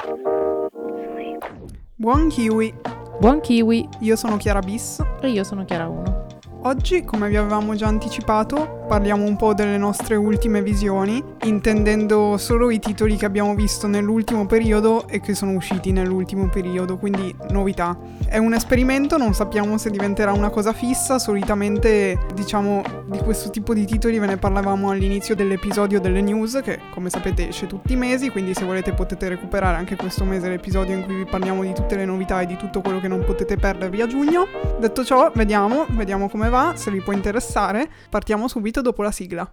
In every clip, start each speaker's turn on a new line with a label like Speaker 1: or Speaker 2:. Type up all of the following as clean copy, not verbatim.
Speaker 1: Buon kiwi!
Speaker 2: Buon kiwi!
Speaker 1: Io sono Chiara Bis.
Speaker 2: E io sono Chiara 1.
Speaker 1: Oggi, come vi avevamo già anticipato, parliamo un po' delle nostre ultime visioni, intendendo solo i titoli che abbiamo visto nell'ultimo periodo e che sono usciti nell'ultimo periodo, quindi novità. È un esperimento, non sappiamo se diventerà una cosa fissa, solitamente, diciamo, di questo tipo di titoli ve ne parlavamo all'inizio dell'episodio delle news, che come sapete esce tutti i mesi, quindi se volete potete recuperare anche questo mese l'episodio in cui vi parliamo di tutte le novità e di tutto quello che non potete perdervi a giugno. Detto ciò, vediamo come va, se vi può interessare. Partiamo subito dopo la sigla.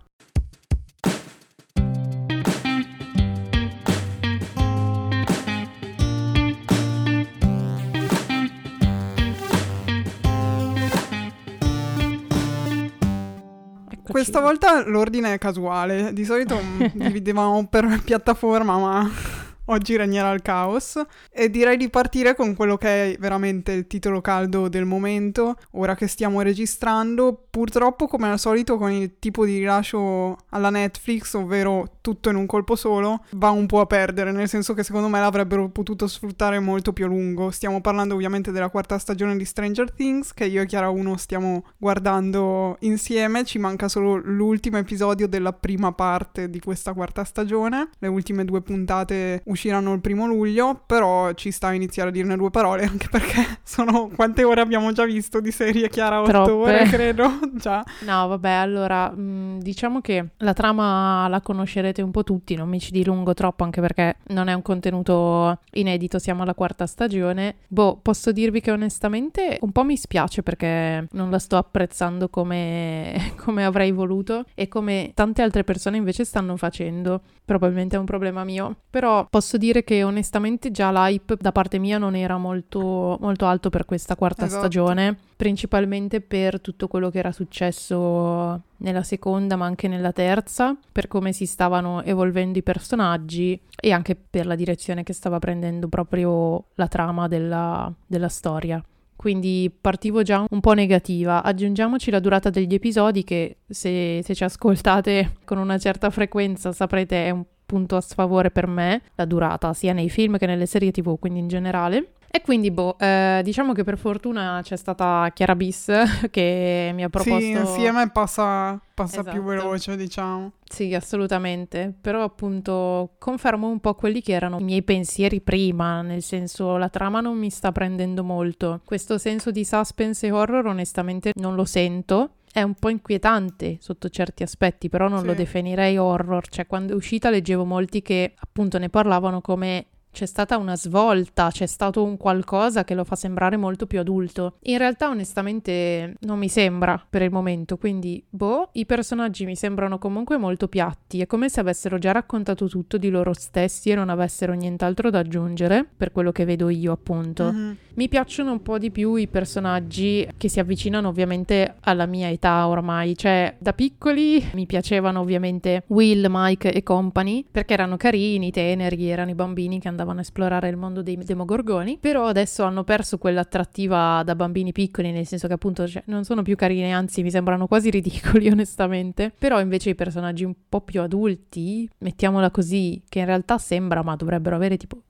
Speaker 1: Questa volta l'ordine è casuale, di solito dividevamo per piattaforma, ma oggi regnerà il caos e direi di partire con quello che è veramente il titolo caldo del momento, ora che stiamo registrando, purtroppo come al solito con il tipo di rilascio alla Netflix, ovvero tutto in un colpo solo, va un po' a perdere, nel senso che secondo me l'avrebbero potuto sfruttare molto più a lungo. Stiamo parlando ovviamente della quarta stagione di Stranger Things, che io e Chiara 1 stiamo guardando insieme, ci manca solo l'ultimo episodio della prima parte di questa quarta stagione, le ultime 2 puntate usciranno il 1 luglio, però ci sta a iniziare a dirne 2 parole, anche perché sono quante ore abbiamo già visto di serie, Chiara? 8
Speaker 2: Troppe.
Speaker 1: ore credo, già.
Speaker 2: No, vabbè, allora, diciamo che la trama la conoscerete un po' tutti, non mi ci dilungo troppo, anche perché non è un contenuto inedito, siamo alla quarta stagione. Posso dirvi che onestamente un po' mi spiace perché non la sto apprezzando come avrei voluto e come tante altre persone invece stanno facendo. Probabilmente è un problema mio, però posso dire che onestamente già l'hype da parte mia non era molto, molto alto per questa quarta stagione, principalmente per tutto quello che era successo nella seconda ma anche nella terza, per come si stavano evolvendo i personaggi e anche per la direzione che stava prendendo proprio la trama della storia. Quindi partivo già un po' negativa. Aggiungiamoci la durata degli episodi che se ci ascoltate con una certa frequenza saprete è un punto a sfavore per me, la durata sia nei film che nelle serie TV, quindi in generale. E quindi diciamo che per fortuna c'è stata Chiara Bis che mi ha proposto...
Speaker 1: Sì, insieme passa
Speaker 2: Esatto.
Speaker 1: più veloce, diciamo.
Speaker 2: Sì, assolutamente, però appunto confermo un po' quelli che erano i miei pensieri prima, nel senso la trama non mi sta prendendo molto. Questo senso di suspense e horror onestamente non lo sento. È un po' inquietante sotto certi aspetti, però non lo definirei horror. Cioè, quando è uscita leggevo molti che appunto ne parlavano come c'è stata una svolta, c'è stato un qualcosa che lo fa sembrare molto più adulto. In realtà onestamente non mi sembra per il momento, quindi i personaggi mi sembrano comunque molto piatti, è come se avessero già raccontato tutto di loro stessi e non avessero nient'altro da aggiungere, per quello che vedo io appunto.
Speaker 1: Mm-hmm.
Speaker 2: Mi piacciono un po' di più i personaggi che si avvicinano ovviamente alla mia età ormai, cioè da piccoli mi piacevano ovviamente Will, Mike e company, perché erano carini, teneri, erano i bambini che andavano a esplorare il mondo dei demogorgoni, però adesso hanno perso quell'attrattiva da bambini piccoli, nel senso che appunto non sono più carini, anzi mi sembrano quasi ridicoli onestamente, però invece i personaggi un po' più adulti, mettiamola così, che in realtà sembra ma dovrebbero avere tipo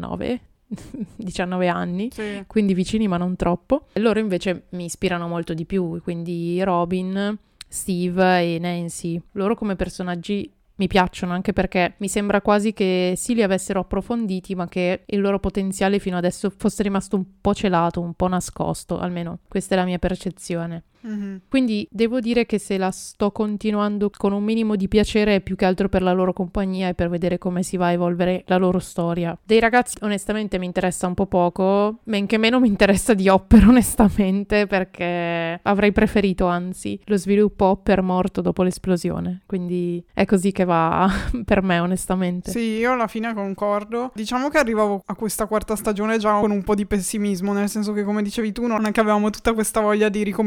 Speaker 2: 19 anni,
Speaker 1: sì.
Speaker 2: Quindi vicini ma non troppo, e loro invece mi ispirano molto di più, quindi Robin, Steve e Nancy, loro come personaggi mi piacciono, anche perché mi sembra quasi che sì li avessero approfonditi ma che il loro potenziale fino adesso fosse rimasto un po' celato, un po' nascosto, almeno questa è la mia percezione.
Speaker 1: Mm-hmm.
Speaker 2: Quindi devo dire che se la sto continuando con un minimo di piacere è più che altro per la loro compagnia e per vedere come si va a evolvere la loro storia. Dei ragazzi onestamente mi interessa un po' poco, men che meno mi interessa di Hopper onestamente, perché avrei preferito anzi lo sviluppo Hopper morto dopo l'esplosione, quindi è così che va per me onestamente.
Speaker 1: Sì, io alla fine concordo. Diciamo che arrivavo a questa quarta stagione già con un po' di pessimismo, nel senso che come dicevi tu non è che avevamo tutta questa voglia di ricominciare a guardare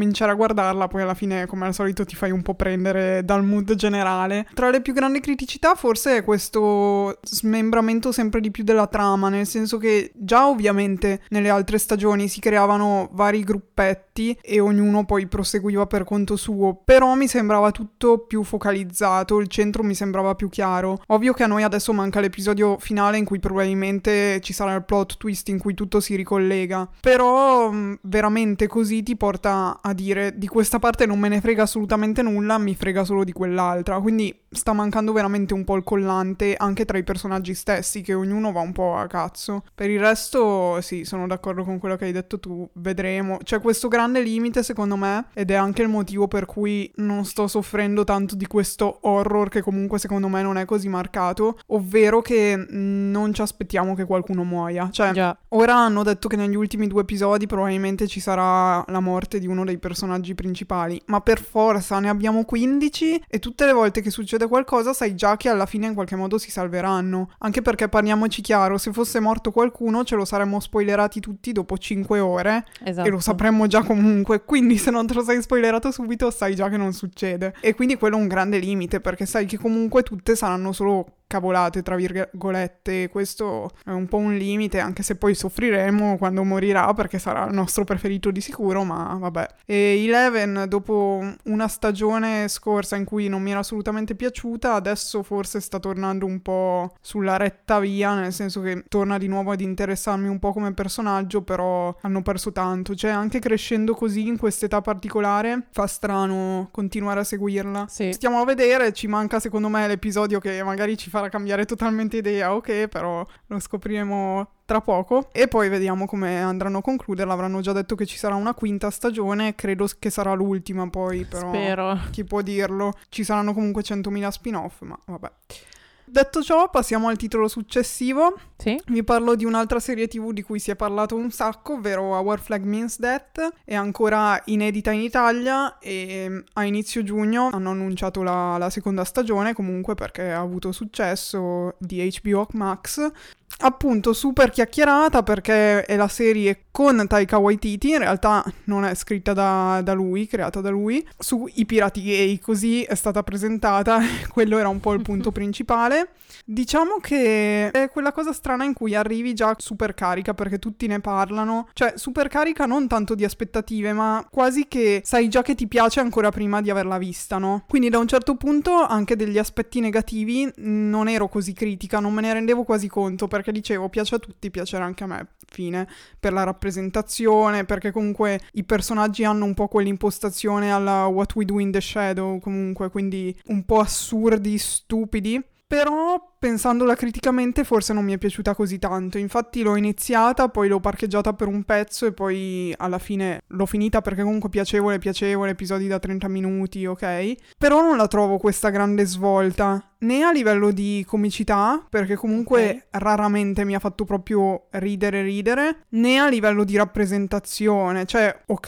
Speaker 1: guardarla, poi alla fine come al solito ti fai un po' prendere dal mood generale. Tra le più grandi criticità forse è questo smembramento sempre di più della trama, nel senso che già ovviamente nelle altre stagioni si creavano vari gruppetti e ognuno poi proseguiva per conto suo, però mi sembrava tutto più focalizzato, il centro mi sembrava più chiaro. Ovvio che a noi adesso manca l'episodio finale in cui probabilmente ci sarà il plot twist in cui tutto si ricollega, però veramente così ti porta a dire di questa parte non me ne frega assolutamente nulla, mi frega solo di quell'altra, quindi sta mancando veramente un po' il collante anche tra i personaggi stessi, che ognuno va un po' a cazzo. Per il resto sì, sono d'accordo con quello che hai detto tu, vedremo. C'è questo grande limite secondo me ed è anche il motivo per cui non sto soffrendo tanto di questo horror che comunque secondo me non è così marcato, ovvero che non ci aspettiamo che qualcuno muoia. Cioè,
Speaker 2: Già.
Speaker 1: ora hanno detto che negli ultimi 2 episodi probabilmente ci sarà la morte di uno dei personaggi principali, ma per forza ne abbiamo 15 e tutte le volte che succede qualcosa sai già che alla fine in qualche modo si salveranno, anche perché parliamoci chiaro, se fosse morto qualcuno ce lo saremmo spoilerati tutti dopo 5 ore.
Speaker 2: Esatto.
Speaker 1: E lo sapremmo già comunque, quindi se non te lo sei spoilerato subito sai già che non succede, e quindi quello è un grande limite perché sai che comunque tutte saranno solo cavolate tra virgolette. Questo è un po' un limite, anche se poi soffriremo quando morirà perché sarà il nostro preferito di sicuro, ma vabbè. E Eleven, dopo una stagione scorsa in cui non mi era assolutamente piaciuta, adesso forse sta tornando un po' sulla retta via, nel senso che torna di nuovo ad interessarmi un po' come personaggio, però hanno perso tanto, cioè anche crescendo così in quest'età particolare fa strano continuare a seguirla.
Speaker 2: Sì.
Speaker 1: Stiamo a vedere, ci manca secondo me l'episodio che magari ci farà cambiare totalmente idea, ok, però lo scopriremo tra poco e poi vediamo come andranno a concluderla. Avranno già detto che ci sarà una 5ª stagione, credo che sarà l'ultima poi, però
Speaker 2: Spero.
Speaker 1: chi può dirlo, ci saranno comunque 100.000 spin-off, ma vabbè. Detto ciò, passiamo al titolo successivo.
Speaker 2: Sì.
Speaker 1: Vi parlo di un'altra serie TV di cui si è parlato un sacco, ovvero Our Flag Means Death. È ancora inedita in Italia e a inizio giugno hanno annunciato la 2ª stagione, comunque perché ha avuto successo, di HBO Max. Appunto super chiacchierata perché è la serie con Taika Waititi, in realtà non è scritta da lui, creata da lui, sui pirati gay, così è stata presentata, quello era un po' il punto principale. Diciamo che è quella cosa strana in cui arrivi già super carica perché tutti ne parlano, cioè super carica non tanto di aspettative, ma quasi che sai già che ti piace ancora prima di averla vista, no? Quindi da un certo punto anche degli aspetti negativi non ero così critica, non me ne rendevo quasi conto perché dicevo piace a tutti, piacerà anche a me, fine, per la rappresentazione, perché comunque i personaggi hanno un po' quell'impostazione alla What We Do in the Shadow comunque, quindi un po' assurdi, stupidi. Però, pensandola criticamente, forse non mi è piaciuta così tanto. Infatti l'ho iniziata, poi l'ho parcheggiata per un pezzo e poi alla fine l'ho finita perché comunque piacevole, episodi da 30 minuti, ok? Però non la trovo questa grande svolta, né a livello di comicità, perché comunque raramente mi ha fatto proprio ridere, né a livello di rappresentazione. Cioè, ok,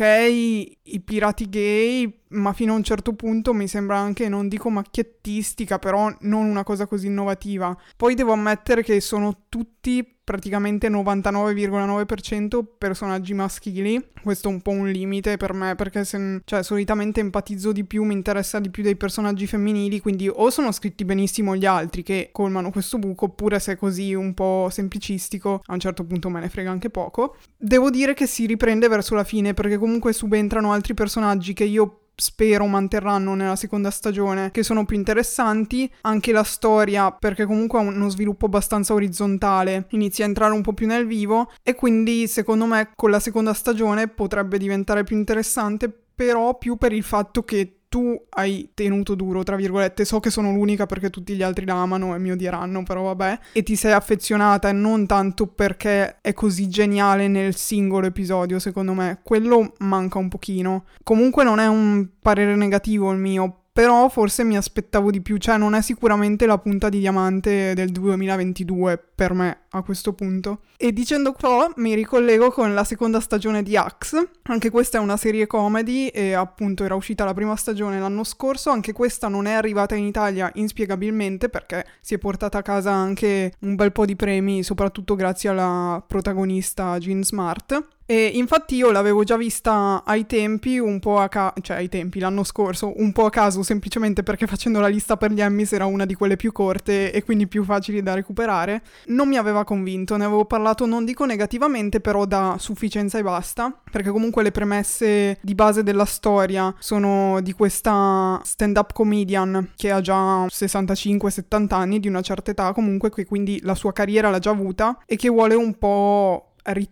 Speaker 1: i pirati gay, ma fino a un certo punto mi sembra anche, non dico macchiettistica, però non una cosa così innovativa. Poi devo ammettere che sono tutti praticamente 99,9% personaggi maschili. Questo è un po' un limite per me, perché solitamente empatizzo di più, mi interessa di più dei personaggi femminili, quindi o sono scritti benissimo gli altri che colmano questo buco, oppure se è così un po' semplicistico, a un certo punto me ne frega anche poco. Devo dire che si riprende verso la fine, perché comunque subentrano altri personaggi che io spero manterranno nella 2ª stagione, che sono più interessanti. Anche la storia, perché comunque ha uno sviluppo abbastanza orizzontale, inizia a entrare un po' più nel vivo e quindi secondo me con la 2ª stagione potrebbe diventare più interessante, però più per il fatto che tu hai tenuto duro, tra virgolette, so che sono l'unica perché tutti gli altri la amano e mi odieranno, però vabbè, e ti sei affezionata e non tanto perché è così geniale nel singolo episodio, secondo me, quello manca un pochino. Comunque non è un parere negativo il mio, però forse mi aspettavo di più, cioè non è sicuramente la punta di diamante del 2022 per me a questo punto. E dicendo ciò mi ricollego con la 2ª stagione di Axe. Anche questa è una serie comedy e appunto era uscita la prima stagione l'anno scorso. Anche questa non è arrivata in Italia inspiegabilmente perché si è portata a casa anche un bel po' di premi, soprattutto grazie alla protagonista Jean Smart. E infatti io l'avevo già vista ai tempi, un po' cioè ai tempi, l'anno scorso, un po' a caso, semplicemente perché facendo la lista per gli Emmys era una di quelle più corte e quindi più facili da recuperare. Non mi aveva convinto, ne avevo parlato, non dico negativamente, però da sufficienza e basta, perché comunque le premesse di base della storia sono di questa stand-up comedian che ha già 65-70 anni, di una certa età comunque, che quindi la sua carriera l'ha già avuta e che vuole un po'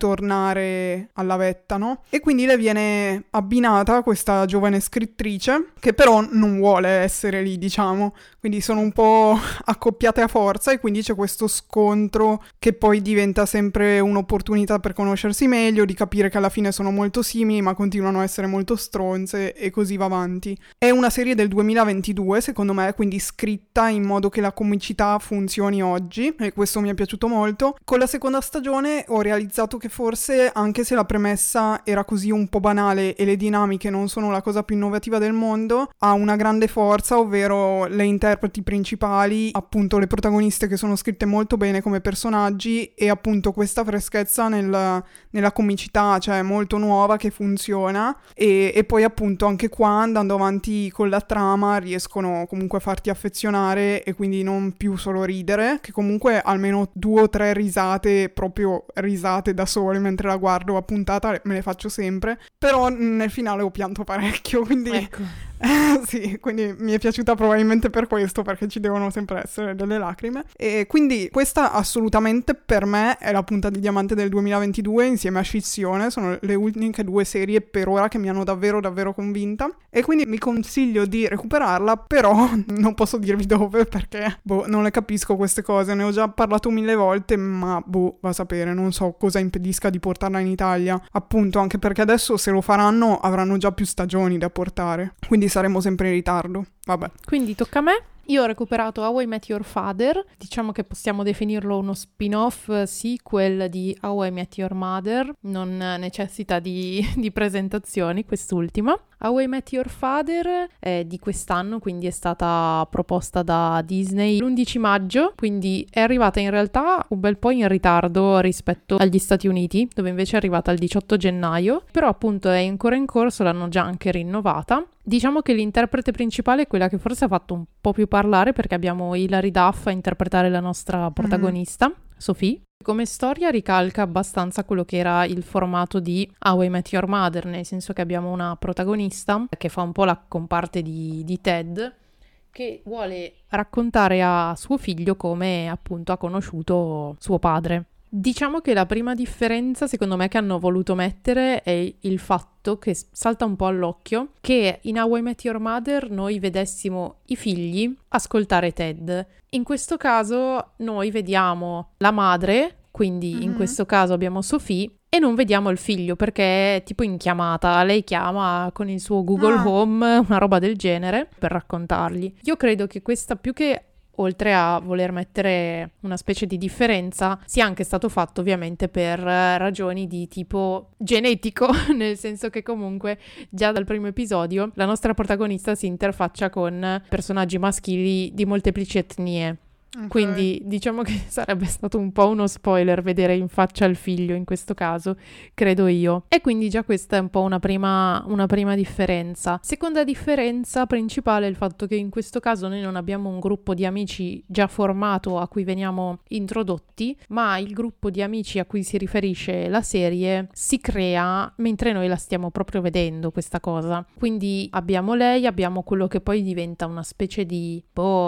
Speaker 1: ritornare alla vetta, no? E quindi le viene abbinata questa giovane scrittrice che però non vuole essere lì, diciamo, quindi sono un po' accoppiate a forza e quindi c'è questo scontro che poi diventa sempre un'opportunità per conoscersi meglio, di capire che alla fine sono molto simili ma continuano a essere molto stronze e così va avanti. È una serie del 2022 secondo me, quindi scritta in modo che la comicità funzioni oggi e questo mi è piaciuto molto. Con la seconda stagione ho realizzato che forse, anche se la premessa era così un po' banale e le dinamiche non sono la cosa più innovativa del mondo, ha una grande forza, ovvero le interpreti principali, appunto le protagoniste che sono scritte molto bene come personaggi e appunto questa freschezza nella comicità, cioè molto nuova, che funziona e poi appunto anche qua andando avanti con la trama riescono comunque a farti affezionare e quindi non più solo ridere, che comunque almeno 2 o 3 risate, proprio risate da sole mentre la guardo a puntata me le faccio sempre, però nel finale ho pianto parecchio, quindi
Speaker 2: Ecco.
Speaker 1: sì, quindi mi è piaciuta probabilmente per questo, perché ci devono sempre essere delle lacrime. E quindi questa assolutamente per me è la punta di diamante del 2022 insieme a Scissione, sono le uniche 2 serie per ora che mi hanno davvero davvero convinta e quindi mi consiglio di recuperarla, però non posso dirvi dove perché non le capisco queste cose, ne ho già parlato 1000 volte, ma va a sapere, non so cosa impedisca di portarla in Italia, appunto anche perché adesso se lo faranno avranno già più stagioni da portare, quindi saremo sempre in ritardo. Vabbè.
Speaker 2: Quindi tocca a me. Io ho recuperato How I Met Your Father, diciamo che possiamo definirlo uno spin-off sequel di How I Met Your Mother, non necessita di presentazioni quest'ultima. How I Met Your Father è di quest'anno, quindi è stata proposta da Disney l'11 maggio, quindi è arrivata in realtà un bel po' in ritardo rispetto agli Stati Uniti, dove invece è arrivata il 18 gennaio, però appunto è ancora in corso, l'hanno già anche rinnovata. Diciamo che l'interprete principale è quella che forse ha fatto un po' più parlare, perché abbiamo Hilary Duff a interpretare la nostra protagonista, Sophie. Come storia ricalca abbastanza quello che era il formato di How I Met Your Mother, nel senso che abbiamo una protagonista che fa un po' la comparte di Ted, che vuole raccontare a suo figlio come appunto ha conosciuto suo padre. Diciamo che la prima differenza, secondo me, che hanno voluto mettere è il fatto che salta un po' all'occhio che in How I Met Your Mother noi vedessimo i figli ascoltare Ted. In questo caso noi vediamo la madre, quindi in questo caso abbiamo Sophie, e non vediamo il figlio perché è tipo in chiamata, lei chiama con il suo Google Home, una roba del genere, per raccontargli. Io credo che questa, più che oltre a voler mettere una specie di differenza, sia anche stato fatto ovviamente per ragioni di tipo genetico, nel senso che comunque già dal primo episodio la nostra protagonista si interfaccia con personaggi maschili di molteplici etnie. Okay. Quindi diciamo che sarebbe stato un po' uno spoiler vedere in faccia il figlio in questo caso, credo io. E quindi già questa è un po' una prima differenza. Seconda differenza principale è il fatto che in questo caso noi non abbiamo un gruppo di amici già formato a cui veniamo introdotti, ma il gruppo di amici a cui si riferisce la serie si crea mentre noi la stiamo proprio vedendo, questa cosa. Quindi abbiamo lei, abbiamo quello che poi diventa una specie di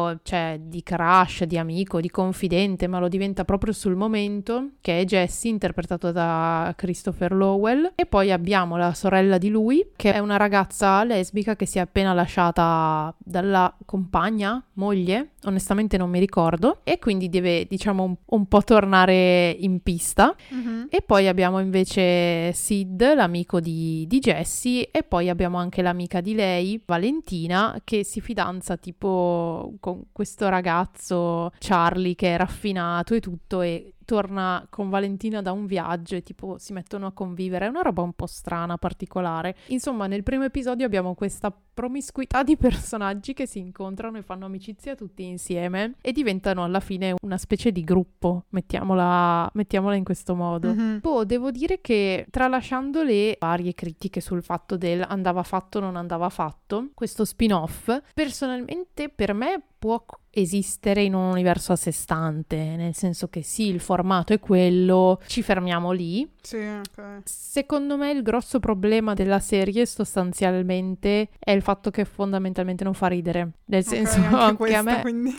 Speaker 2: di crush, di amico, di confidente, ma lo diventa proprio sul momento, che è Jessie, interpretato da Christopher Lowell, e poi abbiamo la sorella di lui, che è una ragazza lesbica che si è appena lasciata dalla compagna, moglie, onestamente non mi ricordo, e quindi deve, diciamo, un po' tornare in pista. E poi abbiamo invece Sid, l'amico di Jessie, e poi abbiamo anche l'amica di lei, Valentina, che si fidanza tipo con questo ragazzo Charlie che è raffinato e tutto, e torna con Valentina da un viaggio e tipo si mettono a convivere. È una roba un po' strana, particolare. Insomma, nel primo episodio abbiamo questa promiscuità di personaggi che si incontrano e fanno amicizia tutti insieme e diventano alla fine una specie di gruppo, mettiamola in questo modo. Poi devo dire che, tralasciando le varie critiche sul fatto del andava fatto o non andava fatto, questo spin-off personalmente per me può esistere in un universo a sé stante, nel senso che sì, il formato è quello, ci fermiamo lì.
Speaker 1: Sì, ok.
Speaker 2: Secondo me il grosso problema della serie sostanzialmente è il fatto che fondamentalmente non fa ridere, nel senso
Speaker 1: anche
Speaker 2: che a
Speaker 1: questa,
Speaker 2: me
Speaker 1: quindi.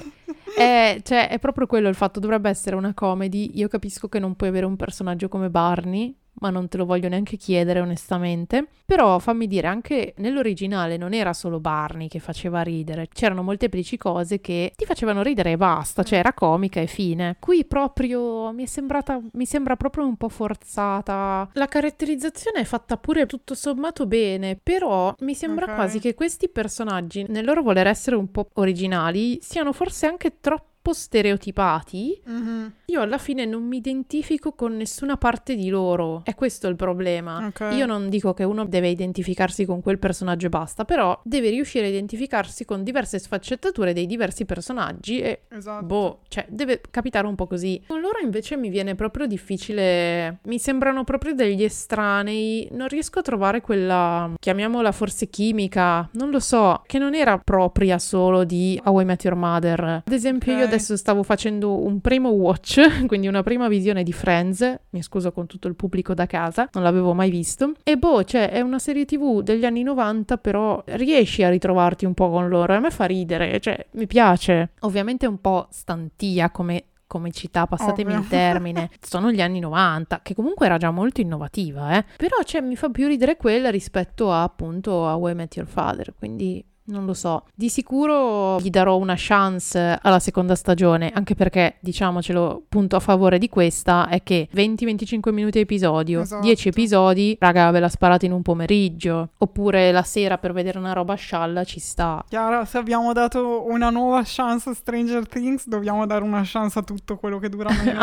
Speaker 2: è proprio quello il fatto. Dovrebbe essere una comedy. Io capisco che non puoi avere un personaggio come Barney, ma non te lo voglio neanche chiedere onestamente, però fammi dire, anche nell'originale non era solo Barney che faceva ridere, c'erano molteplici cose che ti facevano ridere e basta, cioè era comica e fine. Qui proprio mi sembra proprio un po' forzata. La caratterizzazione è fatta pure tutto sommato bene, però mi sembra quasi che questi personaggi, nel loro voler essere un po' originali, siano forse anche troppo stereotipati. Io alla fine non mi identifico con nessuna parte di loro, è questo il problema. Io non dico che uno deve identificarsi con quel personaggio e basta, però deve riuscire a identificarsi con diverse sfaccettature dei diversi personaggi e cioè deve capitare un po' così. Con loro invece mi viene proprio difficile, mi sembrano proprio degli estranei, non riesco a trovare quella, chiamiamola forse chimica, non lo so, che non era propria solo di How I Met Your Mother. Ad esempio io adesso stavo facendo un primo watch, quindi una prima visione di Friends, mi scuso con tutto il pubblico da casa, non l'avevo mai visto, e cioè è una serie TV degli anni 90, però riesci a ritrovarti un po' con loro, e a me fa ridere, cioè mi piace. Ovviamente è un po' stantia come comicità, passatemi il termine, sono gli anni 90, che comunque era già molto innovativa, però cioè mi fa più ridere quella rispetto a appunto a How I Met Your Father, quindi non lo so, di sicuro gli darò una chance alla seconda stagione, anche perché, diciamocelo, punto a favore di questa è che 20-25 minuti episodio, 10 episodi, raga, ve la sparate in un pomeriggio, oppure la sera per vedere una roba scialla ci sta.
Speaker 1: Chiara, se abbiamo dato una nuova chance a Stranger Things, dobbiamo dare una chance a tutto quello che dura meno.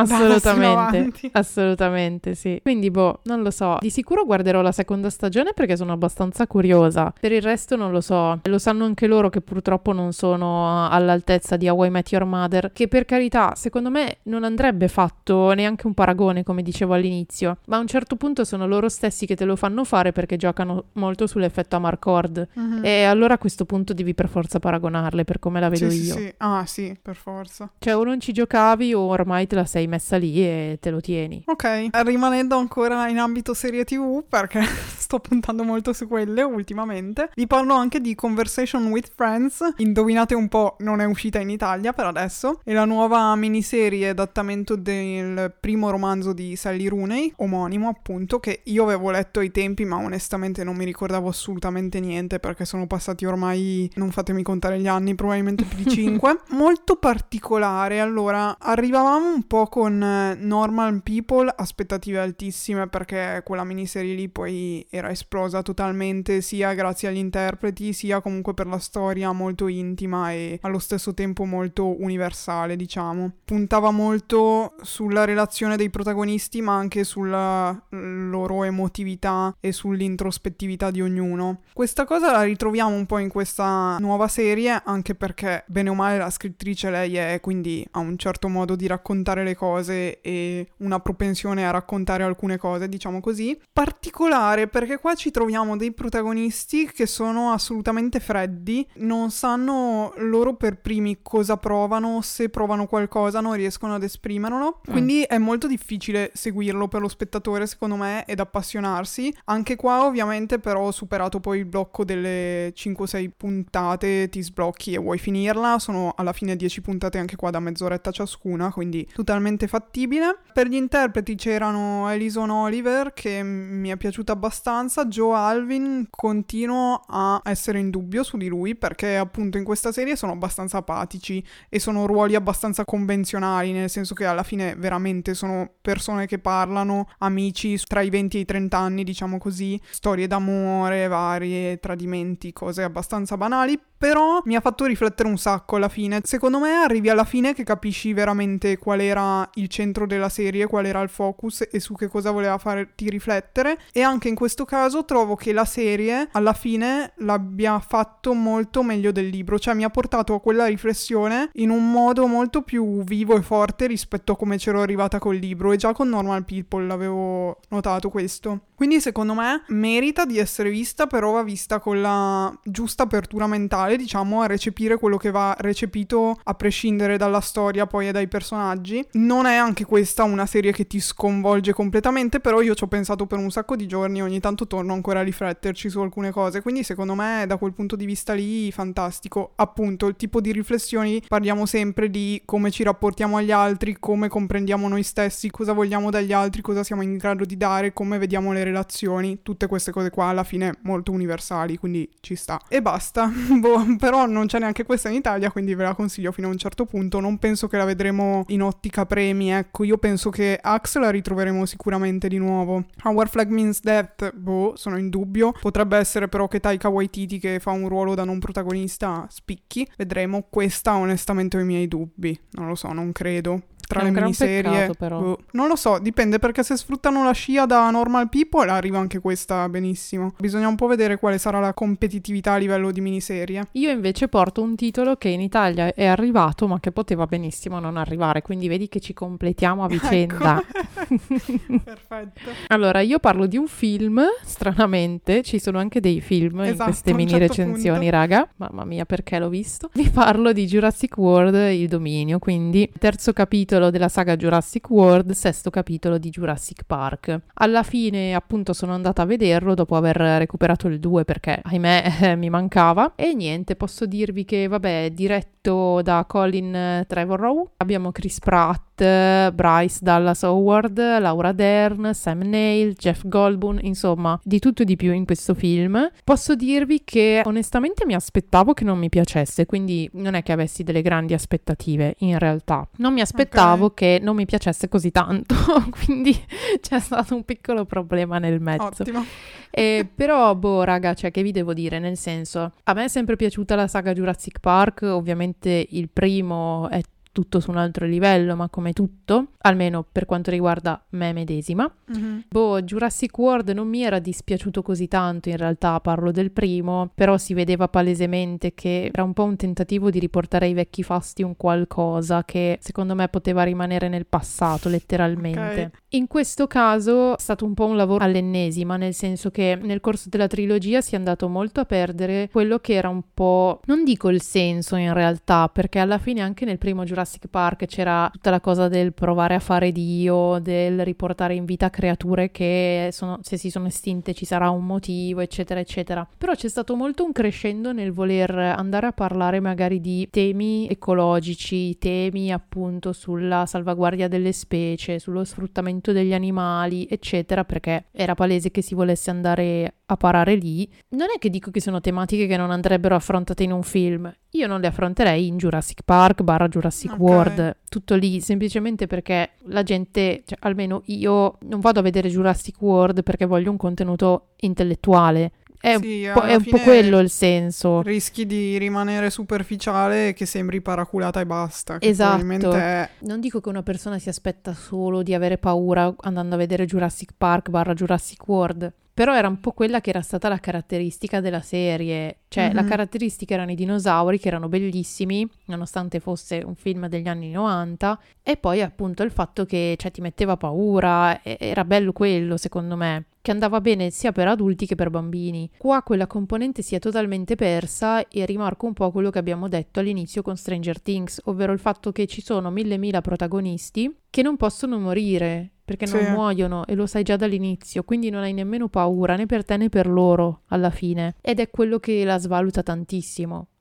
Speaker 2: Assolutamente sì. Quindi non lo so, di sicuro guarderò la seconda stagione perché sono abbastanza curiosa, per il resto non lo so, lo sanno anche loro che purtroppo non sono all'altezza di How I Met Your Mother, che per carità secondo me non andrebbe fatto neanche un paragone, come dicevo all'inizio, ma a un certo punto sono loro stessi che te lo fanno fare perché giocano molto sull'effetto Amarcord, e allora a questo punto devi per forza paragonarle, per come la vedo io.
Speaker 1: Sì. Ah sì, per forza.
Speaker 2: Cioè o non ci giocavi o ormai te la sei messa lì e te lo tieni.
Speaker 1: Ok, rimanendo ancora in ambito serie TV, perché sto puntando molto su quelle ultimamente, vi parlo anche di Conversation with Friends. Indovinate un po', non è uscita in Italia per adesso, è la nuova miniserie adattamento del primo romanzo di Sally Rooney, omonimo appunto, che io avevo letto ai tempi ma onestamente non mi ricordavo assolutamente niente perché sono passati ormai, non fatemi contare gli anni, probabilmente più di 5. Molto particolare. Allora, arrivavamo un po' con Normal People, aspettative altissime perché quella miniserie lì poi era esplosa totalmente, sia grazie agli interpreti sia comunque per la storia molto intima e allo stesso tempo molto universale, diciamo. Puntava molto sulla relazione dei protagonisti ma anche sulla loro emotività e sull'introspettività di ognuno. Questa cosa la ritroviamo un po' in questa nuova serie, anche perché bene o male la scrittrice lei è, quindi ha un certo modo di raccontare le cose e una propensione a raccontare alcune cose, diciamo così. Particolare perché qua ci troviamo dei protagonisti che sono assolutamente freddi, non sanno loro per primi cosa provano, se provano qualcosa non riescono ad esprimerlo, quindi è molto difficile seguirlo per lo spettatore secondo me ed appassionarsi. Anche qua ovviamente però ho superato poi il blocco delle 5-6 puntate, ti sblocchi e vuoi finirla, sono alla fine 10 puntate anche qua da mezz'oretta ciascuna, quindi totalmente fattibile. Per gli interpreti c'erano Alison Oliver che mi è piaciuta abbastanza, abbastanza. Joe Alvin continuo a essere in dubbio su di lui, perché appunto in questa serie sono abbastanza apatici e sono ruoli abbastanza convenzionali, nel senso che alla fine veramente sono persone che parlano, amici tra i 20 e i 30 anni, diciamo così, storie d'amore varie, tradimenti, cose abbastanza banali, però mi ha fatto riflettere un sacco alla fine. Secondo me arrivi alla fine che capisci veramente qual era il centro della serie, qual era il focus e su che cosa voleva farti riflettere, e anche in questo caso trovo che la serie alla fine l'abbia fatto molto meglio del libro, cioè mi ha portato a quella riflessione in un modo molto più vivo e forte rispetto a come c'ero arrivata col libro, e già con Normal People l'avevo notato questo. Quindi secondo me merita di essere vista, però va vista con la giusta apertura mentale, diciamo, a recepire quello che va recepito a prescindere dalla storia poi e dai personaggi. Non è anche questa una serie che ti sconvolge completamente, però io ci ho pensato per un sacco di giorni, ogni tanto torno ancora a rifletterci su alcune cose, quindi secondo me da quel punto di vista lì fantastico. Appunto, il tipo di riflessioni, parliamo sempre di come ci rapportiamo agli altri, come comprendiamo noi stessi, cosa vogliamo dagli altri, cosa siamo in grado di dare, come vediamo le relazioni, tutte queste cose qua alla fine molto universali, quindi ci sta. E basta. Però non c'è neanche questa in Italia, quindi ve la consiglio fino a un certo punto. Non penso che la vedremo in ottica premi, ecco. Io penso che Axe la ritroveremo sicuramente di nuovo. Our Flag Means Death, sono in dubbio. Potrebbe essere però che Taika Waititi, che fa un ruolo da non protagonista, spicchi. Vedremo. Questa onestamente ho i miei dubbi. Non lo so, non credo. Tra le miniserie,
Speaker 2: peccato, però.
Speaker 1: Non lo so, dipende, perché se sfruttano la scia da Normal People arriva anche questa benissimo. Bisogna un po' vedere quale sarà la competitività a livello di miniserie.
Speaker 2: Io invece porto un titolo che in Italia è arrivato ma che poteva benissimo non arrivare, quindi vedi che ci completiamo a vicenda.
Speaker 1: Ecco. Perfetto.
Speaker 2: Allora, io parlo di un film, stranamente, ci sono anche dei film in queste mini recensioni, raga. Mamma mia, perché l'ho visto? Vi parlo di Jurassic World, il dominio, quindi terzo capitolo della saga Jurassic World, sesto capitolo di Jurassic Park. Alla fine appunto sono andata a vederlo dopo aver recuperato il 2 perché ahimè mi mancava, e niente, posso dirvi che vabbè, è diretto da Colin Trevorrow, abbiamo Chris Pratt, Bryce Dallas Howard, Laura Dern, Sam Neill, Jeff Goldblum, insomma di tutto e di più in questo film. Posso dirvi che onestamente mi aspettavo che non mi piacesse, quindi non è che avessi delle grandi aspettative, in realtà non mi aspettavo che non mi piacesse così tanto, quindi c'è stato un piccolo problema nel mezzo.
Speaker 1: Ottimo.
Speaker 2: Però raga, cioè che vi devo dire, nel senso, a me è sempre piaciuta la saga Jurassic Park, ovviamente il primo è tutto su un altro livello, ma come tutto, almeno per quanto riguarda me medesima. Jurassic World non mi era dispiaciuto così tanto, in realtà parlo del primo, però si vedeva palesemente che era un po' un tentativo di riportare ai vecchi fasti un qualcosa che secondo me poteva rimanere nel passato, letteralmente.
Speaker 1: Okay.
Speaker 2: In questo caso è stato un po' un lavoro all'ennesima, nel senso che nel corso della trilogia si è andato molto a perdere quello che era un po', non dico il senso in realtà, perché alla fine anche nel primo Jurassic Park c'era tutta la cosa del provare a fare Dio, del riportare in vita creature che se si sono estinte ci sarà un motivo, eccetera eccetera. Però c'è stato molto un crescendo nel voler andare a parlare magari di temi ecologici, temi appunto sulla salvaguardia delle specie, sullo sfruttamento degli animali, eccetera, perché era palese che si volesse andare a parare lì. Non è che dico che sono tematiche che non andrebbero affrontate in un film, io non le affronterei in Jurassic Park / Jurassic World, tutto lì, semplicemente perché la gente, cioè almeno io, non vado a vedere Jurassic World perché voglio un contenuto intellettuale. È un po' quello il senso.
Speaker 1: Rischi di rimanere superficiale e che sembri paraculata e basta.
Speaker 2: Esatto. Non dico che una persona si aspetta solo di avere paura andando a vedere Jurassic Park / Jurassic World. Però era un po' quella che era stata la caratteristica della serie. Cioè, la caratteristica erano i dinosauri, che erano bellissimi, nonostante fosse un film degli anni 90, e poi appunto il fatto che, cioè, ti metteva paura, era bello quello, secondo me, che andava bene sia per adulti che per bambini. Qua quella componente si è totalmente persa, e rimarco un po' quello che abbiamo detto all'inizio con Stranger Things, ovvero il fatto che ci sono mille protagonisti che non possono morire, perché non muoiono, e lo sai già dall'inizio, quindi non hai nemmeno paura né per te né per loro alla fine, ed è quello che la svaluta tantissimo.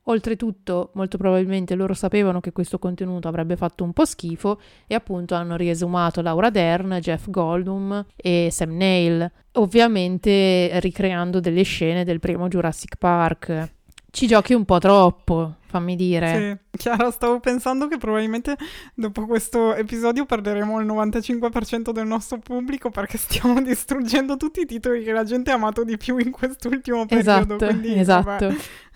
Speaker 2: Oltretutto, molto probabilmente loro sapevano che questo contenuto avrebbe fatto un po' schifo e appunto hanno riesumato Laura Dern, Jeff Goldblum e Sam Neill, ovviamente ricreando delle scene del primo Jurassic Park. Ci giochi un po' troppo, fammi dire.
Speaker 1: Sì, Chiara, stavo pensando che probabilmente dopo questo episodio perderemo il 95% del nostro pubblico perché stiamo distruggendo tutti i titoli che la gente ha amato di più in quest'ultimo periodo.
Speaker 2: Esatto,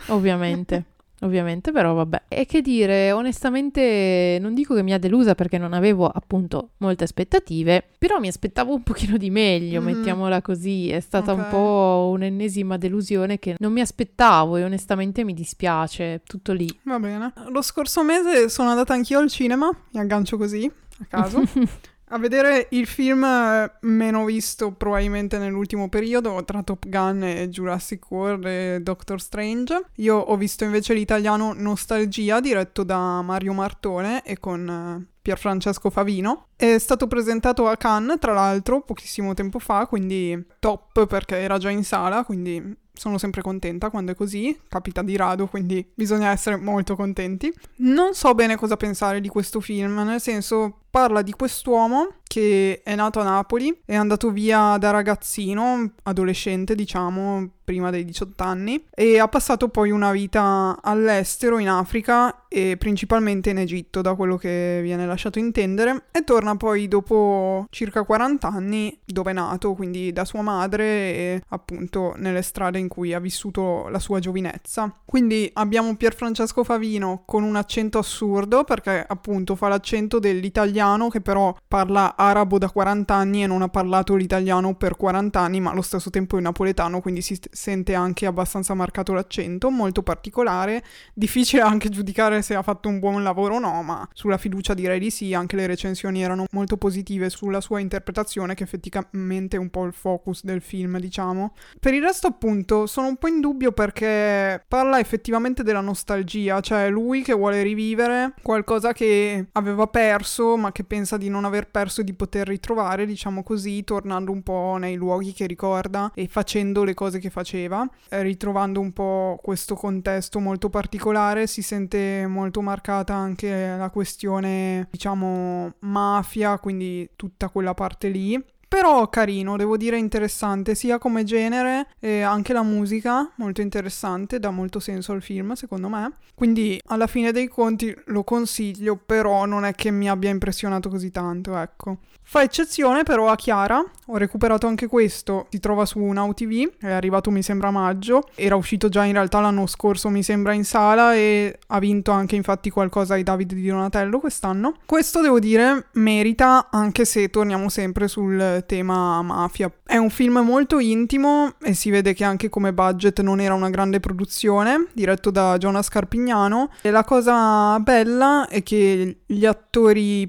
Speaker 2: ovviamente, però vabbè. E che dire, onestamente non dico che mi ha delusa perché non avevo appunto molte aspettative, però mi aspettavo un pochino di meglio, mettiamola così. È stata un po' un'ennesima delusione che non mi aspettavo e onestamente mi dispiace, tutto lì.
Speaker 1: Va bene. Lo scorso mese sono andata anch'io al cinema, mi aggancio così, a caso. A vedere il film meno visto probabilmente nell'ultimo periodo tra Top Gun e Jurassic World e Doctor Strange. Io ho visto invece l'italiano Nostalgia diretto da Mario Martone e con Pierfrancesco Favino. È stato presentato a Cannes tra l'altro pochissimo tempo fa, quindi top perché era già in sala, quindi sono sempre contenta quando è così, capita di rado, quindi bisogna essere molto contenti. Non so bene cosa pensare di questo film, nel senso parla di quest'uomo che è nato a Napoli, è andato via da ragazzino, adolescente diciamo, prima dei 18 anni, e ha passato poi una vita all'estero, in Africa e principalmente in Egitto, da quello che viene lasciato intendere, e torna poi dopo circa 40 anni dove è nato, quindi da sua madre e appunto nelle strade in cui ha vissuto la sua giovinezza. Quindi abbiamo Pierfrancesco Favino con un accento assurdo, perché appunto fa l'accento dell'italiano che però parla arabo da 40 anni e non ha parlato l'italiano per 40 anni, ma allo stesso tempo è napoletano, quindi si sente anche abbastanza marcato l'accento, molto particolare, difficile anche giudicare se ha fatto un buon lavoro o no, ma sulla fiducia direi di sì, anche le recensioni erano molto positive sulla sua interpretazione, che effettivamente è un po' il focus del film, diciamo. Per il resto appunto sono un po' in dubbio perché parla effettivamente della nostalgia, cioè lui che vuole rivivere qualcosa che aveva perso, ma che pensa di non aver perso e di poter ritrovare, diciamo così, tornando un po' nei luoghi che ricorda e facendo le cose che faceva, ritrovando un po' questo contesto molto particolare. Si sente molto marcata anche la questione, diciamo, mafia, quindi tutta quella parte lì. Però carino, devo dire interessante, sia come genere e anche la musica, molto interessante, dà molto senso al film secondo me. Quindi alla fine dei conti lo consiglio, però non è che mi abbia impressionato così tanto, ecco. Fa eccezione però a Chiara, ho recuperato anche questo, si trova su Now TV, è arrivato mi sembra a maggio, era uscito già in realtà l'anno scorso mi sembra in sala e ha vinto anche infatti qualcosa ai Davide di Donatello quest'anno. Questo devo dire merita, anche se torniamo sempre sul tema mafia. È un film molto intimo e si vede che anche come budget non era una grande produzione, diretto da Jonas Carpignano, e la cosa bella è che gli attori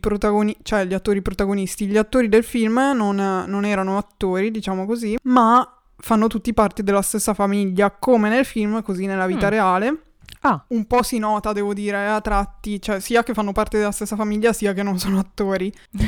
Speaker 1: protagonisti, gli attori del film non erano attori, diciamo così, ma fanno tutti parte della stessa famiglia, come nel film, così nella vita reale. Un po' si nota, devo dire, a tratti, cioè sia che fanno parte della stessa famiglia, sia che non sono attori.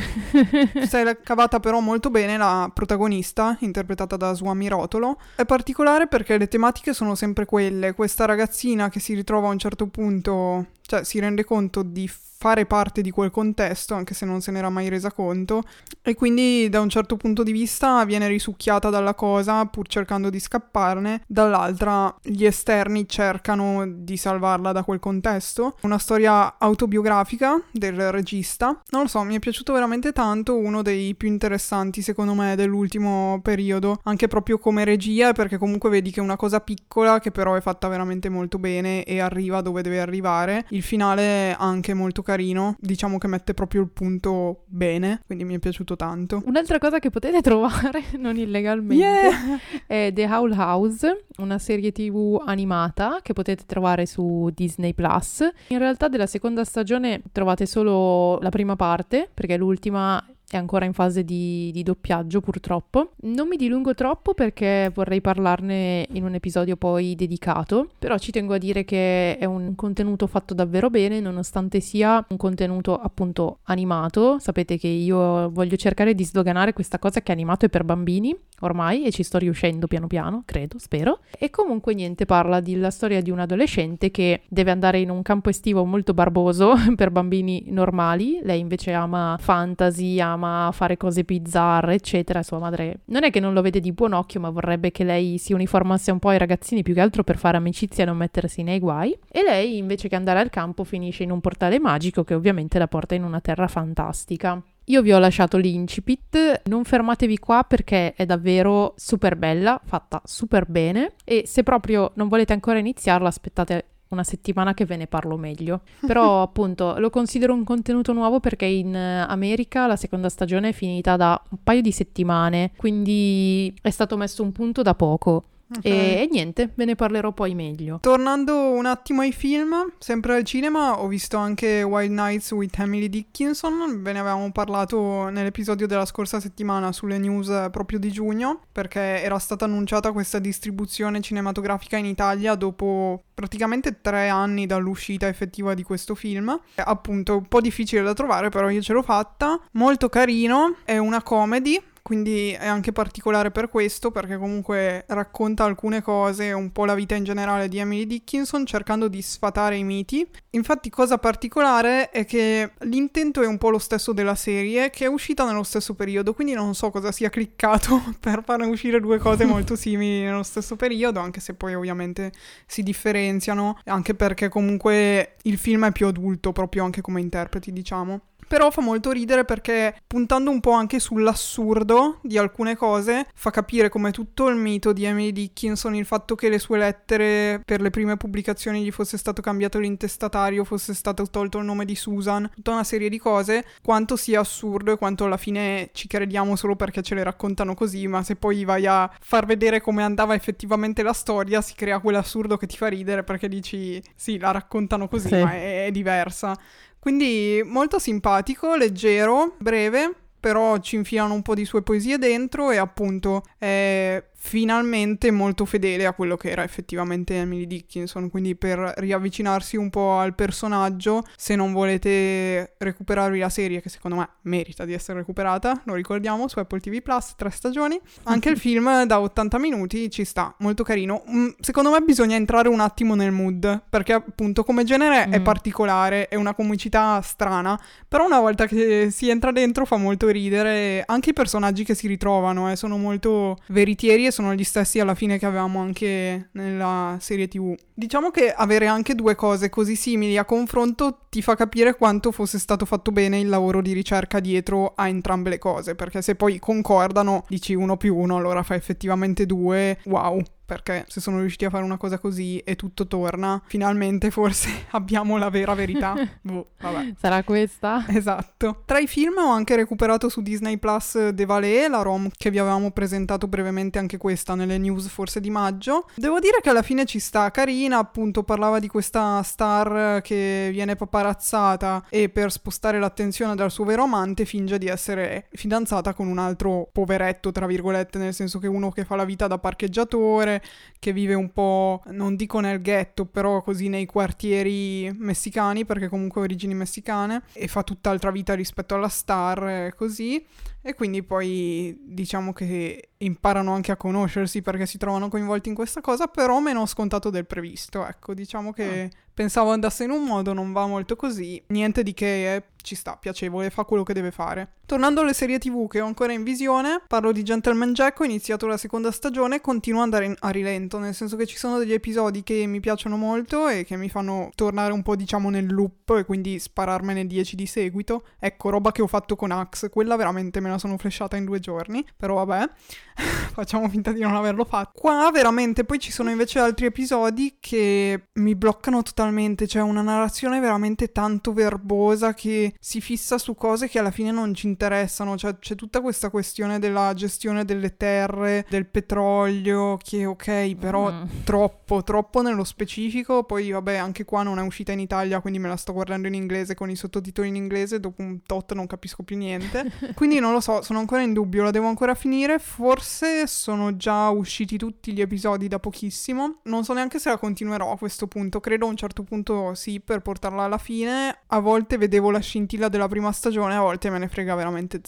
Speaker 1: Si è cavata però molto bene la protagonista, interpretata da Swami Rotolo. È particolare perché le tematiche sono sempre quelle. Questa ragazzina che si ritrova a un certo punto, cioè si rende conto di fare parte di quel contesto, anche se non se n'era mai resa conto, e quindi da un certo punto di vista viene risucchiata dalla cosa pur cercando di scapparne, dall'altra gli esterni cercano di salvarla da quel contesto. Una storia autobiografica del regista, non lo so, mi è piaciuto veramente tanto, uno dei più interessanti secondo me dell'ultimo periodo, anche proprio come regia, perché comunque vedi che è una cosa piccola che però è fatta veramente molto bene e arriva dove deve arrivare. Il finale è anche molto carino, diciamo che mette proprio il punto bene, quindi mi è piaciuto tanto.
Speaker 2: Un'altra cosa che potete trovare non illegalmente è The Owl House, una serie TV animata che potete trovare su Disney Plus. In realtà della seconda stagione trovate solo la prima parte, perché l'ultima è ancora in fase di doppiaggio purtroppo. Non mi dilungo troppo perché vorrei parlarne in un episodio poi dedicato, però ci tengo a dire che è un contenuto fatto davvero bene, nonostante sia un contenuto appunto animato. Sapete che io voglio cercare di sdoganare questa cosa che animato è per bambini, ormai, e ci sto riuscendo piano piano, credo, spero. E comunque niente, parla della storia di un adolescente che deve andare in un campo estivo molto barboso per bambini normali. Lei invece ama fantasy, ama fare cose bizzarre, eccetera. Sua madre non è che non lo vede di buon occhio, ma vorrebbe che lei si uniformasse un po' ai ragazzini, più che altro per fare amicizia e non mettersi nei guai. E lei, invece che andare al campo, finisce in un portale magico che ovviamente la porta in una terra fantastica. Io vi ho lasciato l'incipit, non fermatevi qua perché è davvero super bella, fatta super bene, e se proprio non volete ancora iniziarla, aspettate una settimana che ve ne parlo meglio. Però appunto lo considero un contenuto nuovo perché in America la seconda stagione è finita da un paio di settimane, quindi è stato messo un punto da poco.
Speaker 1: Okay.
Speaker 2: E niente, ve ne parlerò poi meglio.
Speaker 1: Tornando un attimo ai film, sempre al cinema ho visto anche Wild Nights with Emily Dickinson. Ve ne avevamo parlato nell'episodio della scorsa settimana sulle news proprio di giugno, perché era stata annunciata questa distribuzione cinematografica in Italia dopo praticamente 3 anni dall'uscita effettiva di questo film. È appunto un po' difficile da trovare, però io ce l'ho fatta. Molto carino, è una comedy, quindi è anche particolare per questo, perché comunque racconta alcune cose, un po' la vita in generale di Emily Dickinson, cercando di sfatare i miti. Infatti, cosa particolare è che l'intento è un po' lo stesso della serie, che è uscita nello stesso periodo, quindi non so cosa sia cliccato per fare uscire 2 cose molto simili nello stesso periodo, anche se poi ovviamente si differenziano, anche perché comunque il film è più adulto, proprio anche come interpreti, diciamo. Però fa molto ridere perché, puntando un po' anche sull'assurdo di alcune cose, fa capire come tutto il mito di Emily Dickinson, il fatto che le sue lettere per le prime pubblicazioni gli fosse stato cambiato l'intestatario, fosse stato tolto il nome di Susan, tutta una serie di cose, quanto sia assurdo e quanto alla fine ci crediamo solo perché ce le raccontano così, ma se poi vai a far vedere come andava effettivamente la storia, si crea quell'assurdo che ti fa ridere perché dici sì, la raccontano così, sì, ma è diversa. Quindi molto simpatico, leggero, breve, però ci infilano un po' di sue poesie dentro e appunto è finalmente molto fedele a quello che era effettivamente Emily Dickinson, quindi per riavvicinarsi un po' al personaggio, se non volete recuperarvi la serie, che secondo me merita di essere recuperata, lo ricordiamo, su Apple TV Plus, 3 stagioni, anche il film da 80 minuti ci sta, molto carino. Secondo me bisogna entrare un attimo nel mood, perché appunto come genere è particolare, è una comicità strana, però una volta che si entra dentro fa molto ridere, anche i personaggi che si ritrovano sono molto veritieri e sono gli stessi alla fine che avevamo anche nella serie TV. Diciamo che avere anche 2 cose così simili a confronto ti fa capire quanto fosse stato fatto bene il lavoro di ricerca dietro a entrambe le cose, perché se poi concordano dici 1 più 1, allora fa effettivamente 2, wow. Perché se sono riusciti a fare una cosa così e tutto torna, finalmente forse abbiamo la vera verità. Vabbè.
Speaker 2: Sarà questa?
Speaker 1: Esatto. Tra i film ho anche recuperato su Disney Plus The Valet, la rom che vi avevamo presentato brevemente anche questa nelle news forse di maggio. Devo dire che alla fine ci sta, carina, appunto parlava di questa star che viene paparazzata e per spostare l'attenzione dal suo vero amante finge di essere fidanzata con un altro poveretto, tra virgolette, nel senso che uno che fa la vita da parcheggiatore, che vive un po', non dico nel ghetto, però così nei quartieri messicani, perché comunque ha origini messicane, e fa tutt'altra vita rispetto alla star, così. E quindi poi diciamo che imparano anche a conoscersi perché si trovano coinvolti in questa cosa, però meno scontato del previsto, ecco, diciamo che pensavo andasse in un modo, non va molto così, niente di che, ci sta, piacevole, fa quello che deve fare. Tornando alle serie TV che ho ancora in visione, parlo di Gentleman Jack, ho iniziato la seconda stagione, continuo ad andare a rilento, nel senso che ci sono degli episodi che mi piacciono molto e che mi fanno tornare un po' diciamo nel loop e quindi spararmene 10 di seguito. Ecco, roba che ho fatto con Axe, quella veramente me la sono flashata in 2 giorni, però vabbè, facciamo finta di non averlo fatto. Qua veramente poi ci sono invece altri episodi che mi bloccano totalmente, cioè una narrazione veramente tanto verbosa che si fissa su cose che alla fine non ci interessano, cioè c'è tutta questa questione della gestione delle terre, del petrolio, che ok, però troppo nello specifico. Poi vabbè, anche qua non è uscita in Italia, quindi me la sto guardando in inglese con i sottotitoli in inglese, dopo un tot non capisco più niente, quindi non lo so, sono ancora in dubbio, la devo ancora finire, forse sono già usciti tutti gli episodi da pochissimo, non so neanche se la continuerò a questo punto, credo a un certo punto sì, per portarla alla fine. A volte vedevo la scintilla della prima stagione, a volte me ne frega veramente zero.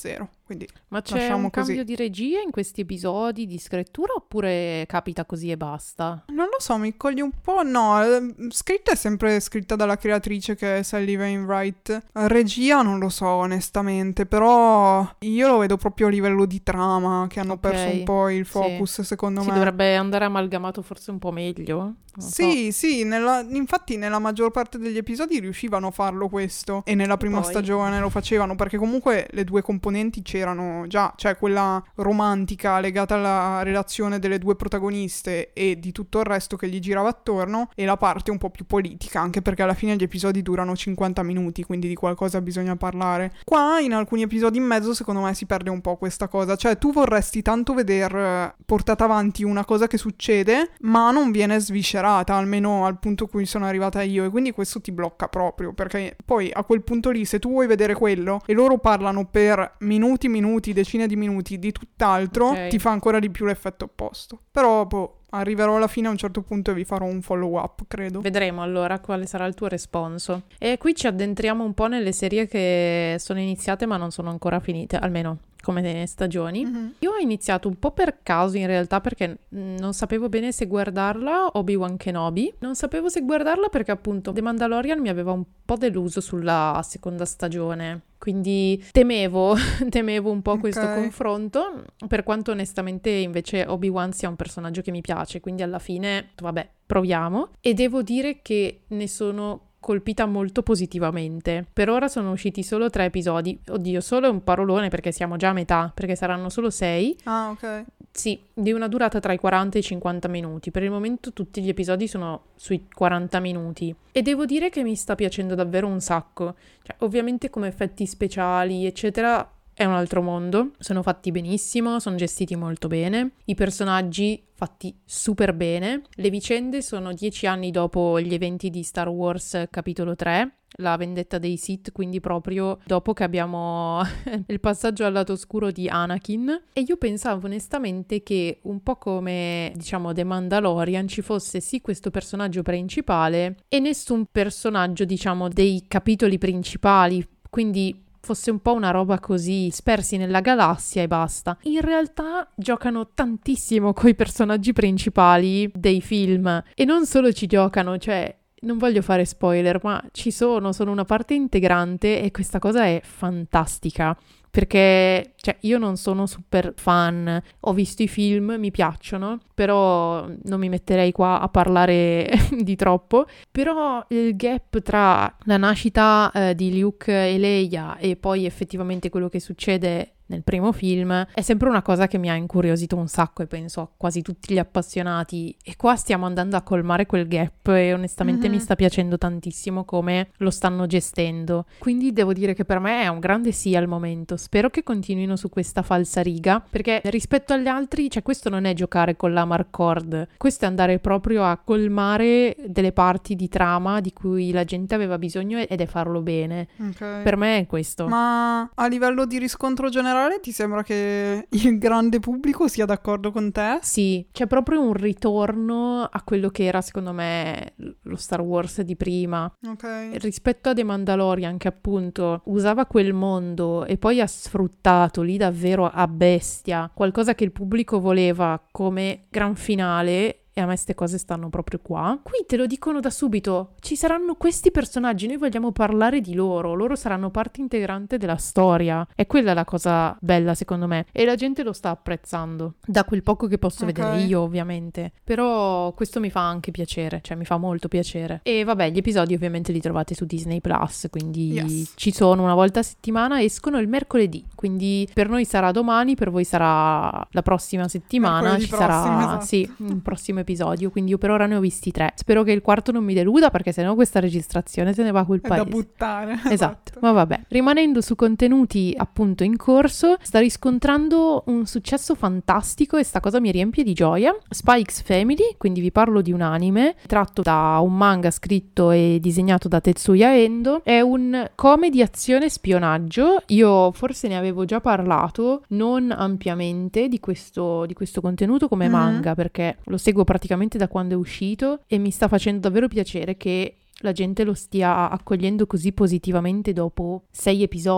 Speaker 1: quindi
Speaker 2: Ma c'è
Speaker 1: lasciamo
Speaker 2: un
Speaker 1: così.
Speaker 2: cambio di regia in questi episodi, di scrittura, oppure capita così e basta?
Speaker 1: Non lo so, mi coglie un po'. No, scritta è sempre scritta dalla creatrice che è Sally Wainwright. Regia non lo so onestamente, però io lo vedo proprio a livello di trama, che hanno
Speaker 2: Ok,
Speaker 1: perso un po' il
Speaker 2: sì.
Speaker 1: focus secondo
Speaker 2: Si
Speaker 1: me.
Speaker 2: dovrebbe andare amalgamato forse un po' meglio? Non so.
Speaker 1: Sì, infatti nella maggior parte degli episodi riuscivano a farlo questo e nella prima
Speaker 2: Poi?
Speaker 1: stagione lo facevano perché comunque le due componenti c'erano già, cioè quella romantica legata alla relazione delle due protagoniste e di tutto il resto che gli girava attorno e la parte un po' più politica, anche perché alla fine gli episodi durano 50 minuti, quindi di qualcosa bisogna parlare. Qua in alcuni episodi in mezzo secondo me si perde un po' questa cosa, cioè tu vorresti tanto veder portata avanti una cosa che succede ma non viene sviscerata, almeno al punto a cui sono arrivata io, e quindi questo ti blocca proprio, perché poi a quel punto lì se tu vuoi vedere quello e loro parlano per minuti, decine di minuti di tutt'altro,
Speaker 2: Ok.
Speaker 1: ti fa ancora di più l'effetto opposto. Però arriverò alla fine a un certo punto e vi farò un follow up, credo.
Speaker 2: Vedremo allora quale sarà il tuo responso. E qui ci addentriamo un po' nelle serie che sono iniziate ma non sono ancora finite, almeno come stagioni.
Speaker 1: Mhm.
Speaker 2: Io ho iniziato un po' per caso in realtà perché non sapevo bene se guardarla Obi-Wan Kenobi. Non sapevo se guardarla perché appunto The Mandalorian mi aveva un po' deluso sulla seconda stagione. Quindi temevo un po' questo
Speaker 1: Ok.
Speaker 2: confronto, per quanto onestamente invece Obi-Wan sia un personaggio che mi piace, quindi alla fine, vabbè, proviamo. E devo dire che ne sono colpita molto positivamente. Per ora sono usciti solo 3 episodi. Oddio, solo è un parolone perché siamo già a metà, perché saranno solo 6.
Speaker 1: Ah, ok.
Speaker 2: Sì, di una durata tra i 40 e i 50 minuti. Per il momento tutti gli episodi sono sui 40 minuti. E devo dire che mi sta piacendo davvero un sacco. Cioè, ovviamente come effetti speciali, eccetera, è un altro mondo. Sono fatti benissimo, sono gestiti molto bene. I personaggi fatti super bene. Le vicende sono 10 anni dopo gli eventi di Star Wars capitolo 3. La vendetta dei Sith, quindi proprio dopo che abbiamo il passaggio al lato oscuro di Anakin. E io pensavo onestamente che un po' come, diciamo, The Mandalorian ci fosse sì questo personaggio principale e nessun personaggio, diciamo, dei capitoli principali, quindi fosse un po' una roba così, spersi nella galassia e basta. In realtà giocano tantissimo coi personaggi principali dei film e non solo ci giocano, cioè non voglio fare spoiler, ma sono una parte integrante e questa cosa è fantastica. Perché, cioè, io non sono super fan, ho visto i film, mi piacciono, però non mi metterei qua a parlare di troppo. Però il gap tra la nascita di Luke e Leia e poi effettivamente quello che succede nel primo film è sempre una cosa che mi ha incuriosito un sacco e penso a quasi tutti gli appassionati, e qua stiamo andando a colmare quel gap e onestamente mi sta piacendo tantissimo come lo stanno gestendo, quindi devo dire che per me è un grande sì al momento. Spero che continuino su questa falsariga, perché rispetto agli altri, cioè, questo non è giocare con la Marcord, questo è andare proprio a colmare delle parti di trama di cui la gente aveva bisogno ed è farlo bene.
Speaker 1: Ok.
Speaker 2: Per me è questo.
Speaker 1: Ma a livello di riscontro generale ti sembra che il grande pubblico sia d'accordo con te?
Speaker 2: Sì, c'è proprio un ritorno a quello che era secondo me lo Star Wars di prima.
Speaker 1: Ok.
Speaker 2: Rispetto a The Mandalorian, che appunto usava quel mondo e poi ha sfruttato lì davvero a bestia qualcosa che il pubblico voleva come gran finale. E a me ste cose stanno proprio qua. Qui te lo dicono da subito, ci saranno questi personaggi, noi vogliamo parlare di loro saranno parte integrante della storia. E quella è la cosa bella secondo me, e la gente lo sta apprezzando, da quel poco che posso vedere io ovviamente. Però questo mi fa anche piacere, cioè mi fa molto piacere. E vabbè, gli episodi ovviamente li trovate su Disney Plus, quindi ci sono una volta a settimana, escono il mercoledì, quindi per noi sarà domani, per voi sarà la prossima settimana,
Speaker 1: Mercoledì
Speaker 2: ci
Speaker 1: prossimo,
Speaker 2: sarà
Speaker 1: esatto.
Speaker 2: sì, un prossimo episodio, quindi io per ora ne ho visti 3. Spero che il quarto non mi deluda, perché sennò questa registrazione se ne va a quel
Speaker 1: È
Speaker 2: paese.
Speaker 1: da buttare.
Speaker 2: Esatto, ma vabbè. Rimanendo su contenuti appunto in corso, sta riscontrando un successo fantastico e sta cosa mi riempie di gioia. Spy X Family, quindi vi parlo di un anime tratto da un manga scritto e disegnato da Tetsuya Endo. È un comedy azione spionaggio. Io forse ne avevo già parlato, non ampiamente, di questo contenuto come manga, perché lo seguo praticamente da quando è uscito e mi sta facendo davvero piacere che la gente lo stia accogliendo così positivamente dopo 6 episodi.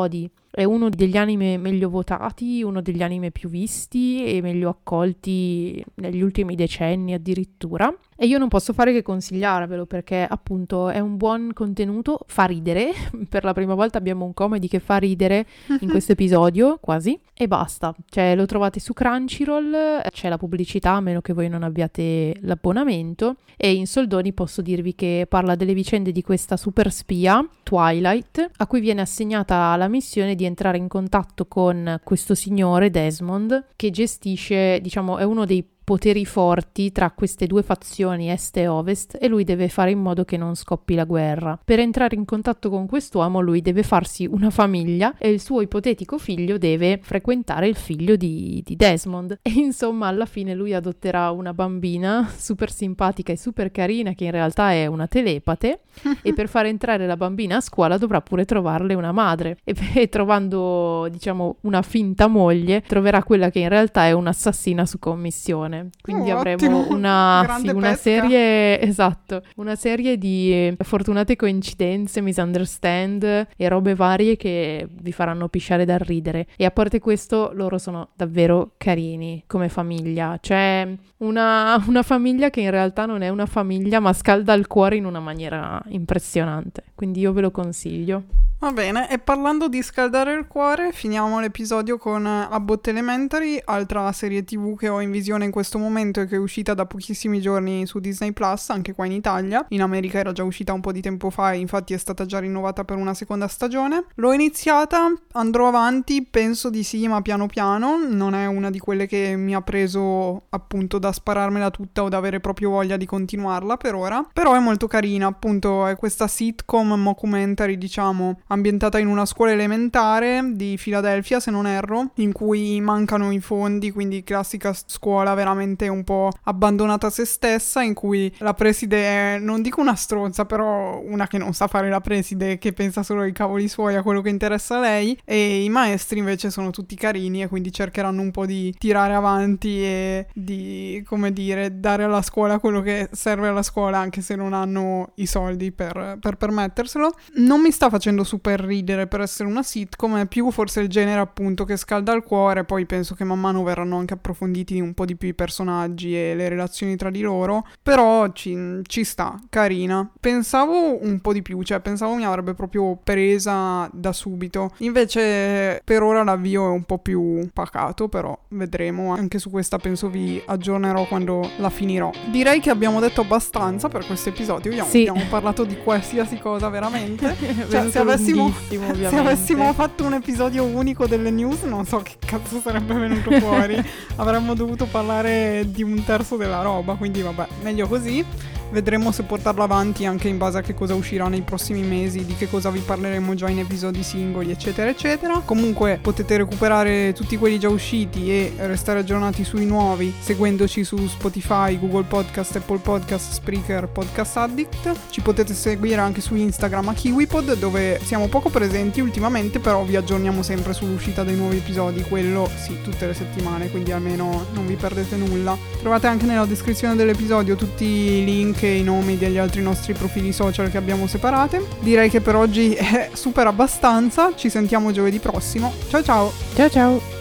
Speaker 2: è uno degli anime meglio votati, uno degli anime più visti e meglio accolti negli ultimi decenni addirittura. E io non posso fare che consigliarvelo perché appunto è un buon contenuto, fa ridere, per la prima volta abbiamo un comedy che fa ridere in questo episodio, quasi, e basta. Cioè lo trovate su Crunchyroll, c'è la pubblicità a meno che voi non abbiate l'abbonamento, e in soldoni posso dirvi che parla delle vicende di questa super spia, Twilight, a cui viene assegnata la missione di entrare in contatto con questo signore, Desmond, che gestisce, diciamo, è uno dei poteri forti tra queste due fazioni est e ovest, e lui deve fare in modo che non scoppi la guerra. Per entrare in contatto con quest'uomo lui deve farsi una famiglia e il suo ipotetico figlio deve frequentare il figlio di Desmond, e insomma alla fine lui adotterà una bambina super simpatica e super carina che in realtà è una telepate e per far entrare la bambina a scuola dovrà pure trovarle una madre e trovando, diciamo, una finta moglie troverà quella che in realtà è un'assassina su commissione. Quindi avremo una serie, esatto, una serie di fortunate coincidenze, misunderstand e robe varie che vi faranno pisciare dal ridere. E a parte questo loro sono davvero carini come famiglia. C'è una famiglia che in realtà non è una famiglia ma scalda il cuore in una maniera impressionante, quindi io ve lo consiglio.
Speaker 1: Va bene, e parlando di scaldare il cuore, finiamo l'episodio con Abbott Elementary, altra serie TV che ho in visione in questo momento e che è uscita da pochissimi giorni su Disney Plus, anche qua in Italia. In America era già uscita un po' di tempo fa e infatti è stata già rinnovata per una seconda stagione. L'ho iniziata, andrò avanti, penso di sì, ma piano piano. Non è una di quelle che mi ha preso appunto da spararmela tutta o da avere proprio voglia di continuarla per ora. Però è molto carina, appunto è questa sitcom mockumentary, diciamo, ambientata in una scuola elementare di Filadelfia, se non erro, in cui mancano i fondi, quindi classica scuola veramente un po' abbandonata a se stessa, in cui la preside è, non dico una stronza, però una che non sa fare la preside, che pensa solo ai cavoli suoi, a quello che interessa a lei, e i maestri invece sono tutti carini e quindi cercheranno un po' di tirare avanti e di, come dire, dare alla scuola quello che serve alla scuola, anche se non hanno i soldi per permetterselo. Non mi sta facendo super ridere per essere una sitcom, è più forse il genere appunto che scalda il cuore, poi penso che man mano verranno anche approfonditi un po' di più i personaggi e le relazioni tra di loro, però ci sta, carina. Pensavo un po' di più, cioè pensavo mi avrebbe proprio presa da subito, invece per ora l'avvio è un po' più pacato, però vedremo, anche su questa penso vi aggiornerò quando la finirò. Direi che abbiamo detto abbastanza per questo episodio, abbiamo parlato di qualsiasi cosa veramente, cioè se avessimo fatto un episodio unico delle news non so che cazzo sarebbe venuto fuori. Avremmo dovuto parlare di un terzo della roba, quindi vabbè, meglio così. Vedremo se portarlo avanti anche in base a che cosa uscirà nei prossimi mesi, di che cosa vi parleremo già in episodi singoli, eccetera eccetera. Comunque potete recuperare tutti quelli già usciti e restare aggiornati sui nuovi seguendoci su Spotify, Google Podcast, Apple Podcast, Spreaker, Podcast Addict. Ci potete seguire anche su Instagram a KiwiPod, dove siamo poco presenti ultimamente, però vi aggiorniamo sempre sull'uscita dei nuovi episodi, quello sì, tutte le settimane, quindi almeno non vi perdete nulla. Trovate anche nella descrizione dell'episodio tutti i link e i nomi degli altri nostri profili social che abbiamo separate. Direi che per oggi è super abbastanza, ci sentiamo giovedì prossimo. Ciao ciao!
Speaker 2: Ciao ciao!